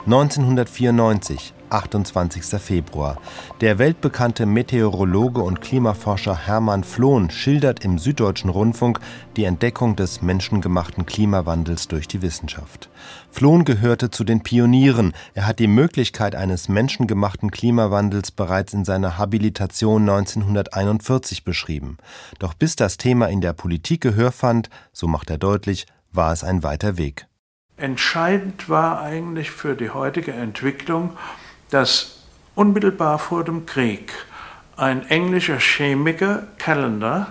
1994, 28. Februar. Der weltbekannte Meteorologe und Klimaforscher Hermann Flohn schildert im Süddeutschen Rundfunk die Entdeckung des menschengemachten Klimawandels durch die Wissenschaft. Flohn gehörte zu den Pionieren. Er hat die Möglichkeit eines menschengemachten Klimawandels bereits in seiner Habilitation 1941 beschrieben. Doch bis das Thema in der Politik Gehör fand, so macht er deutlich, war es ein weiter Weg. Entscheidend war eigentlich für die heutige Entwicklung, dass unmittelbar vor dem Krieg ein englischer Chemiker, Callendar,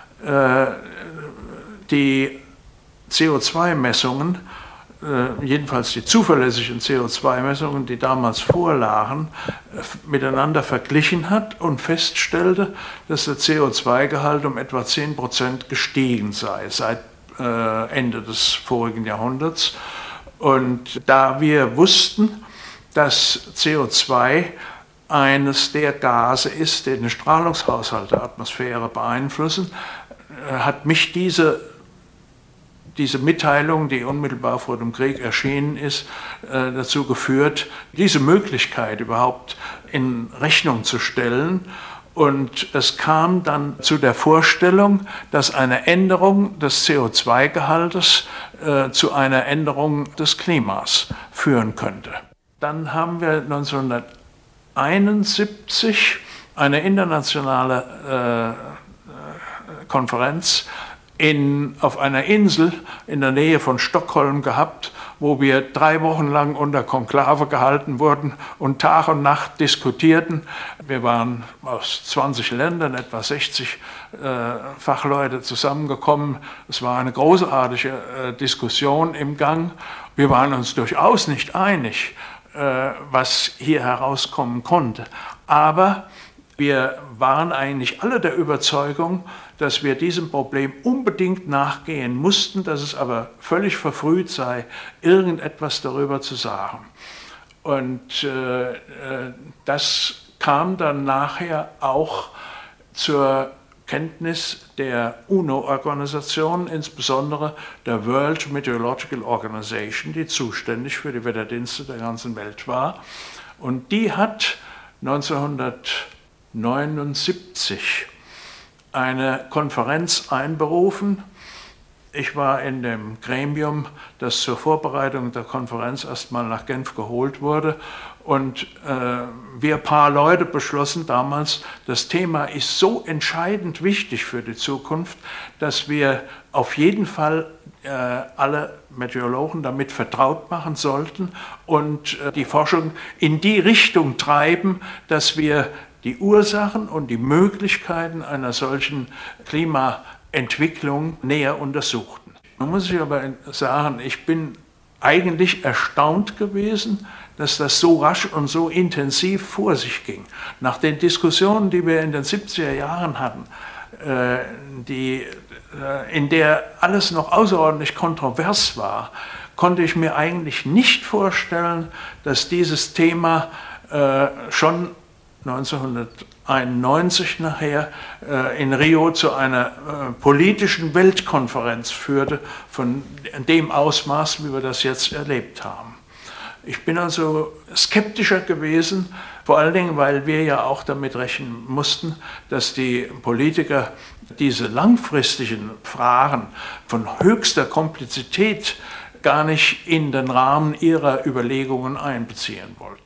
die CO2-Messungen, jedenfalls die zuverlässigen CO2-Messungen, die damals vorlagen, miteinander verglichen hat und feststellte, dass der CO2-Gehalt um etwa 10% gestiegen sei seit Ende des vorigen Jahrhunderts. Und da wir wussten, dass CO2 eines der Gase ist, die den Strahlungshaushalt der Atmosphäre beeinflussen, hat mich diese Mitteilung, die unmittelbar vor dem Krieg erschienen ist, dazu geführt, diese Möglichkeit überhaupt in Rechnung zu stellen. Und es kam dann zu der Vorstellung, dass eine Änderung des CO2-Gehaltes zu einer Änderung des Klimas führen könnte. Dann haben wir 1971 eine internationale Konferenz auf einer Insel in der Nähe von Stockholm gehabt, wo wir 3 Wochen lang unter Konklave gehalten wurden und Tag und Nacht diskutierten. Wir waren aus 20 Ländern, etwa 60 Fachleute zusammengekommen. Es war eine großartige Diskussion im Gang. Wir waren uns durchaus nicht einig, was hier herauskommen konnte. Aber wir waren eigentlich alle der Überzeugung, dass wir diesem Problem unbedingt nachgehen mussten, dass es aber völlig verfrüht sei, irgendetwas darüber zu sagen. Und das kam dann nachher auch zur Kenntnis der UNO-Organisation, insbesondere der World Meteorological Organization, die zuständig für die Wetterdienste der ganzen Welt war. Und die hat 1979 eine Konferenz einberufen. Ich war in dem Gremium, das zur Vorbereitung der Konferenz erstmal nach Genf geholt wurde. Und wir paar Leute beschlossen damals, das Thema ist so entscheidend wichtig für die Zukunft, dass wir auf jeden Fall alle Meteorologen damit vertraut machen sollten und die Forschung in die Richtung treiben, dass wir die Ursachen und die Möglichkeiten einer solchen Klimaentwicklung näher untersuchten. Man muss sich aber sagen, ich bin eigentlich erstaunt gewesen, dass das so rasch und so intensiv vor sich ging. Nach den Diskussionen, die wir in den 70er Jahren hatten, in der alles noch außerordentlich kontrovers war, konnte ich mir eigentlich nicht vorstellen, dass dieses Thema schon 1991 nachher in Rio zu einer politischen Weltkonferenz führte, von dem Ausmaß, wie wir das jetzt erlebt haben. Ich bin also skeptischer gewesen, vor allen Dingen, weil wir ja auch damit rechnen mussten, dass die Politiker diese langfristigen Fragen von höchster Komplexität gar nicht in den Rahmen ihrer Überlegungen einbeziehen wollten.